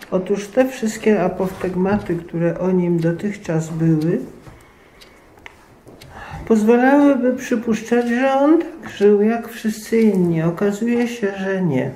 Otóż te wszystkie apoftegmaty, które o nim dotychczas były, pozwalałyby przypuszczać, że on tak żył jak wszyscy inni. Okazuje się, że nie.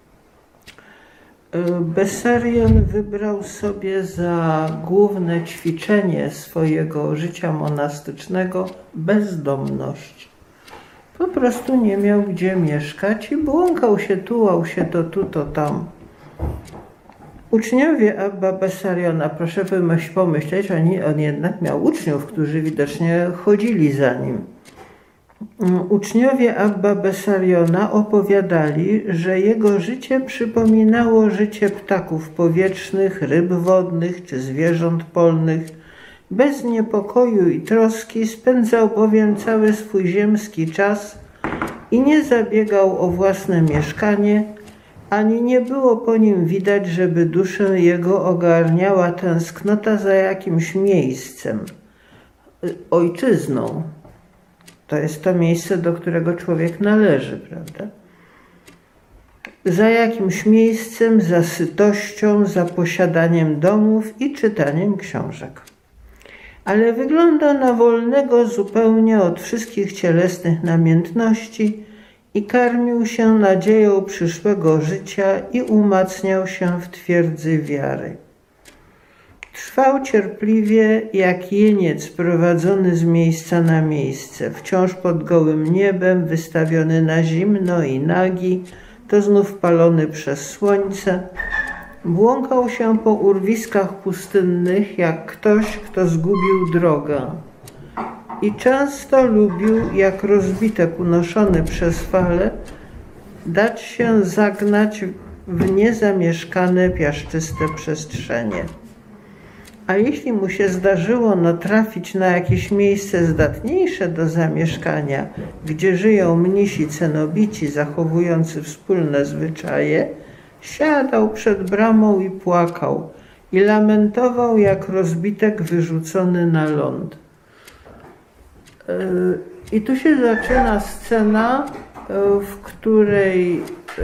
Bessarion wybrał sobie za główne ćwiczenie swojego życia monastycznego bezdomność. Po prostu nie miał gdzie mieszkać i błąkał się, tułał się to tu, to tam. Uczniowie Abba Bessariona, proszę pomyśleć, on jednak miał uczniów, którzy widocznie chodzili za nim. Uczniowie Abba Bessariona opowiadali, że jego życie przypominało życie ptaków powietrznych, ryb wodnych czy zwierząt polnych. Bez niepokoju i troski spędzał bowiem cały swój ziemski czas i nie zabiegał o własne mieszkanie, ani nie było po nim widać, żeby duszę jego ogarniała tęsknota za jakimś miejscem, ojczyzną. To jest to miejsce, do którego człowiek należy, prawda? Za jakimś miejscem, za sytością, za posiadaniem domów i czytaniem książek. Ale wygląda na wolnego zupełnie od wszystkich cielesnych namiętności i karmił się nadzieją przyszłego życia i umacniał się w twierdzy wiary. Trwał cierpliwie jak jeniec prowadzony z miejsca na miejsce, wciąż pod gołym niebem, wystawiony na zimno i nagi, to znów palony przez słońce. Błąkał się po urwiskach pustynnych jak ktoś, kto zgubił drogę. I często lubił, jak rozbitek unoszony przez fale, dać się zagnać w niezamieszkane, piaszczyste przestrzenie. A jeśli mu się zdarzyło natrafić na jakieś miejsce zdatniejsze do zamieszkania, gdzie żyją mnisi cenobici zachowujący wspólne zwyczaje, siadał przed bramą i płakał i lamentował jak rozbitek wyrzucony na ląd. I tu się zaczyna scena, w której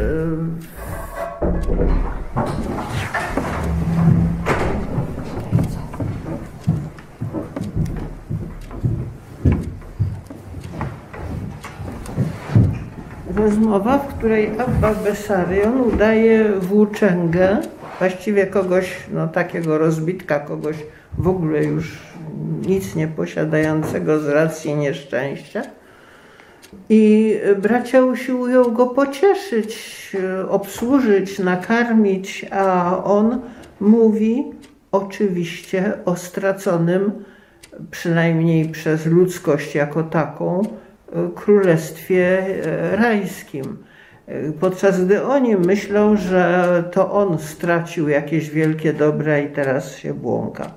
rozmowa, w której Abba Bessarion udaje włóczęgę, właściwie kogoś, takiego rozbitka, kogoś w ogóle już nic nie posiadającego z racji nieszczęścia. I bracia usiłują go pocieszyć, obsłużyć, nakarmić, a on mówi oczywiście o straconym, przynajmniej przez ludzkość jako taką, królestwie rajskim. Podczas gdy oni myślą, że to on stracił jakieś wielkie dobra i teraz się błąka.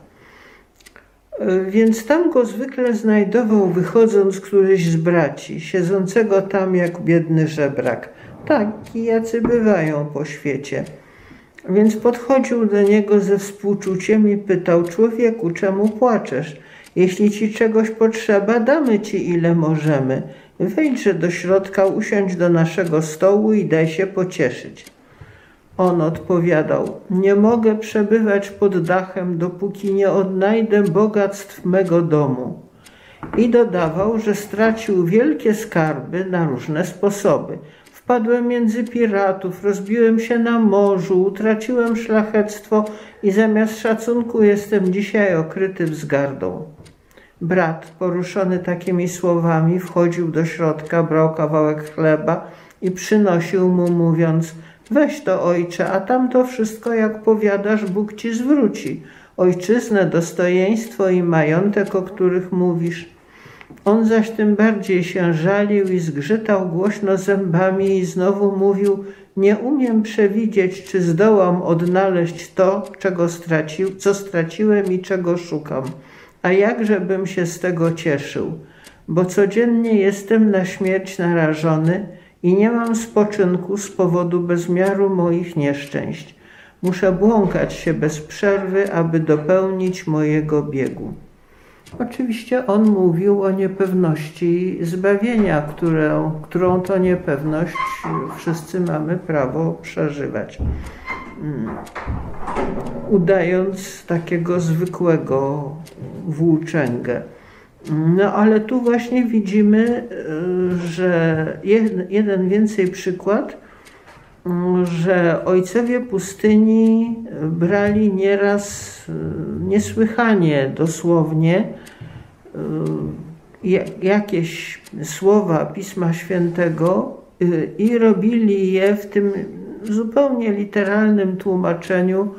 Więc tam go zwykle znajdował, wychodząc któryś z braci, siedzącego tam jak biedny żebrak. Taki jacy bywają po świecie. Więc podchodził do niego ze współczuciem i pytał: człowieku, czemu płaczesz? Jeśli ci czegoś potrzeba, damy ci ile możemy. Wejdźże do środka, usiądź do naszego stołu i daj się pocieszyć. On odpowiadał: nie mogę przebywać pod dachem, dopóki nie odnajdę bogactw mego domu. I dodawał, że stracił wielkie skarby na różne sposoby. Wpadłem między piratów, rozbiłem się na morzu, utraciłem szlachectwo i zamiast szacunku jestem dzisiaj okryty wzgardą. Brat, poruszony takimi słowami, wchodził do środka, brał kawałek chleba i przynosił mu, mówiąc: weź to, ojcze, a tamto wszystko, jak powiadasz, Bóg ci zwróci. Ojczyznę, dostojeństwo i majątek, o których mówisz. On zaś tym bardziej się żalił i zgrzytał głośno zębami i znowu mówił: nie umiem przewidzieć, czy zdołam odnaleźć to, co straciłem i czego szukam. A jakżebym się z tego cieszył, bo codziennie jestem na śmierć narażony i nie mam spoczynku z powodu bezmiaru moich nieszczęść. Muszę błąkać się bez przerwy, aby dopełnić mojego biegu. Oczywiście on mówił o niepewności zbawienia, którą to niepewność wszyscy mamy prawo przeżywać. udając takiego zwykłego włóczęgę. No ale tu właśnie widzimy, że jeden więcej przykład, że ojcowie pustyni brali nieraz niesłychanie dosłownie jakieś słowa Pisma Świętego i robili je w tym zupełnie literalnym tłumaczeniu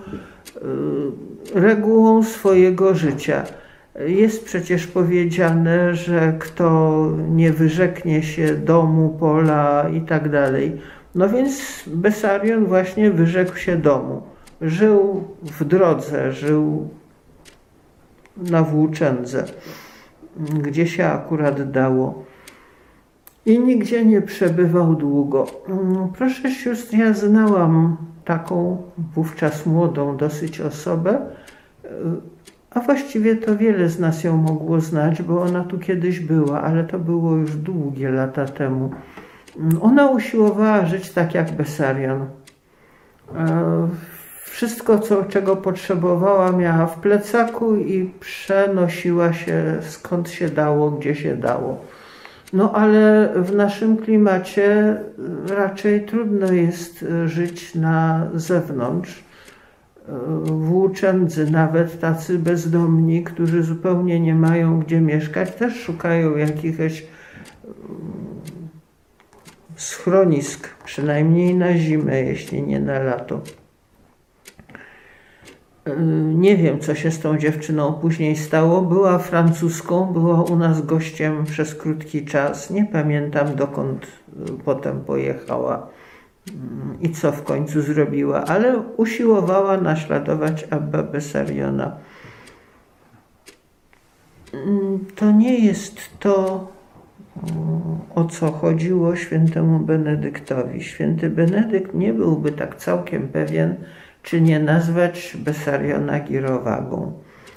regułą swojego życia. Jest przecież powiedziane, że kto nie wyrzeknie się domu, pola i tak dalej. No więc Bessarion właśnie wyrzekł się domu. Żył w drodze, żył na włóczędze, gdzie się akurat dało. I nigdzie nie przebywał długo. Proszę sióstr, ja znałam taką wówczas młodą dosyć osobę, a właściwie to wiele z nas ją mogło znać, bo ona tu kiedyś była, ale to było już długie lata temu. Ona usiłowała żyć tak jak Bessarion. Wszystko, czego potrzebowała, miała w plecaku i przenosiła się skąd się dało, gdzie się dało. No ale w naszym klimacie raczej trudno jest żyć na zewnątrz. Włóczędzy, nawet tacy bezdomni, którzy zupełnie nie mają gdzie mieszkać, też szukają jakichś schronisk, przynajmniej na zimę, jeśli nie na lato. Nie wiem, co się z tą dziewczyną później stało. Była francuską, była u nas gościem przez krótki czas. Nie pamiętam, dokąd potem pojechała i co w końcu zrobiła, ale usiłowała naśladować Abba Bessariona. To nie jest to, o co chodziło świętemu Benedyktowi. Święty Benedykt nie byłby tak całkiem pewien, czy nie nazwać Bessariona girowagą.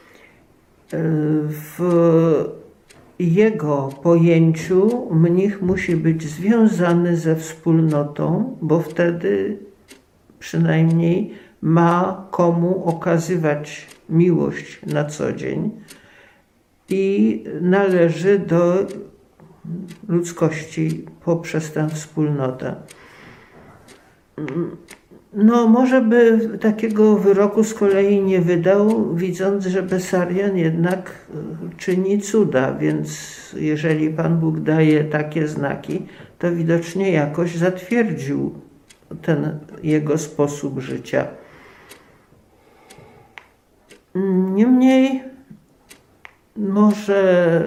W jego pojęciu mnich musi być związany ze wspólnotą, bo wtedy przynajmniej ma komu okazywać miłość na co dzień i należy do ludzkości poprzez tę wspólnotę. No może by takiego wyroku z kolei nie wydał, widząc, że Bessarion jednak czyni cuda, więc jeżeli Pan Bóg daje takie znaki, to widocznie jakoś zatwierdził ten jego sposób życia. Niemniej może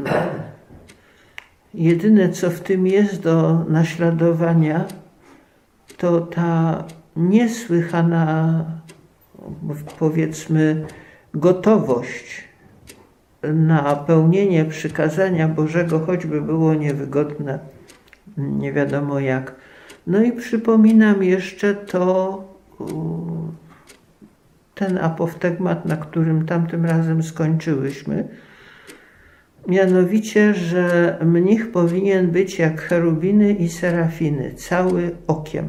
jedyne, co w tym jest do naśladowania, to ta niesłychana, powiedzmy, gotowość na pełnienie przykazania Bożego, choćby było niewygodne, nie wiadomo jak. No i przypominam jeszcze ten apoftegmat, na którym tamtym razem skończyłyśmy, mianowicie, że mnich powinien być jak cherubiny i serafiny, cały okiem.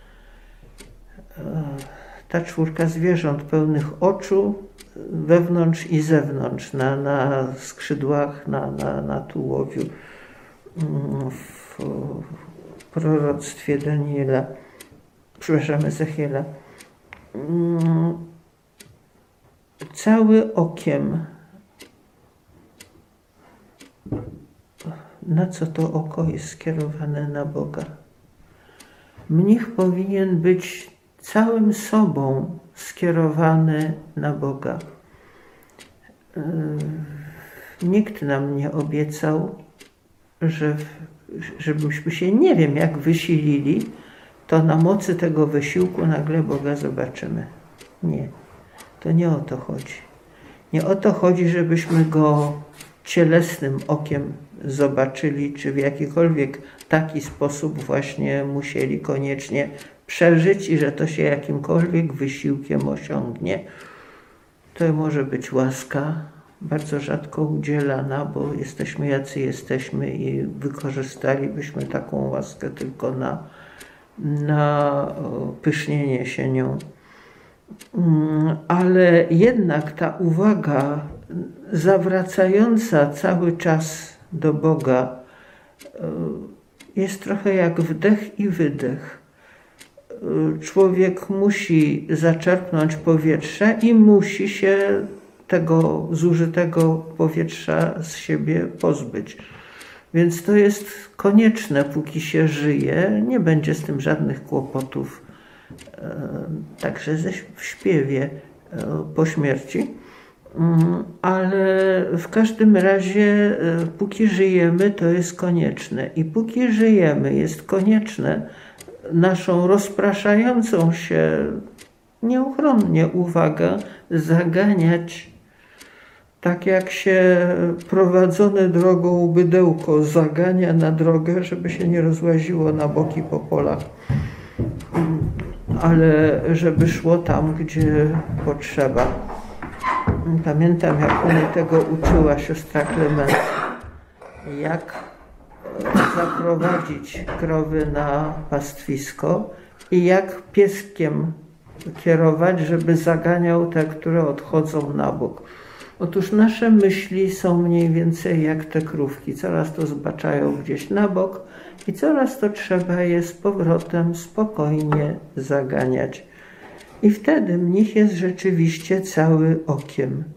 Ta czwórka zwierząt pełnych oczu, wewnątrz i zewnątrz, na skrzydłach, na tułowiu, w proroctwie Daniela, przepraszam, Ezechiela. Cały okiem. Na co to oko jest skierowane na Boga? Mnich powinien być całym sobą skierowany na Boga. Nikt nam nie obiecał, żebyśmy się nie wiem jak wysilili, to na mocy tego wysiłku nagle Boga zobaczymy. Nie, to nie o to chodzi. Nie o to chodzi, żebyśmy Go cielesnym okiem zobaczyli, czy w jakikolwiek taki sposób właśnie musieli koniecznie przeżyć i że to się jakimkolwiek wysiłkiem osiągnie. To może być łaska, bardzo rzadko udzielana, bo jesteśmy jacy jesteśmy i wykorzystalibyśmy taką łaskę tylko na pysznienie się nią. Ale jednak ta uwaga zawracająca cały czas do Boga jest trochę jak wdech i wydech. Człowiek musi zaczerpnąć powietrze i musi się tego zużytego powietrza z siebie pozbyć. Więc to jest konieczne, póki się żyje. Nie będzie z tym żadnych kłopotów, także w śpiewie po śmierci. Ale w każdym razie, póki żyjemy, to jest konieczne. I póki żyjemy, jest konieczne naszą rozpraszającą się nieuchronnie uwagę zaganiać, tak jak się prowadzone drogą bydełko zagania na drogę, żeby się nie rozłaziło na boki po polach, ale żeby szło tam, gdzie potrzeba. Pamiętam, jak mnie tego uczyła siostra Klemencja, jak zaprowadzić krowy na pastwisko i jak pieskiem kierować, żeby zaganiał te, które odchodzą na bok. Otóż nasze myśli są mniej więcej jak te krówki. Coraz to zbaczają gdzieś na bok i coraz to trzeba je z powrotem spokojnie zaganiać. I wtedy mnich jest rzeczywiście cały okiem.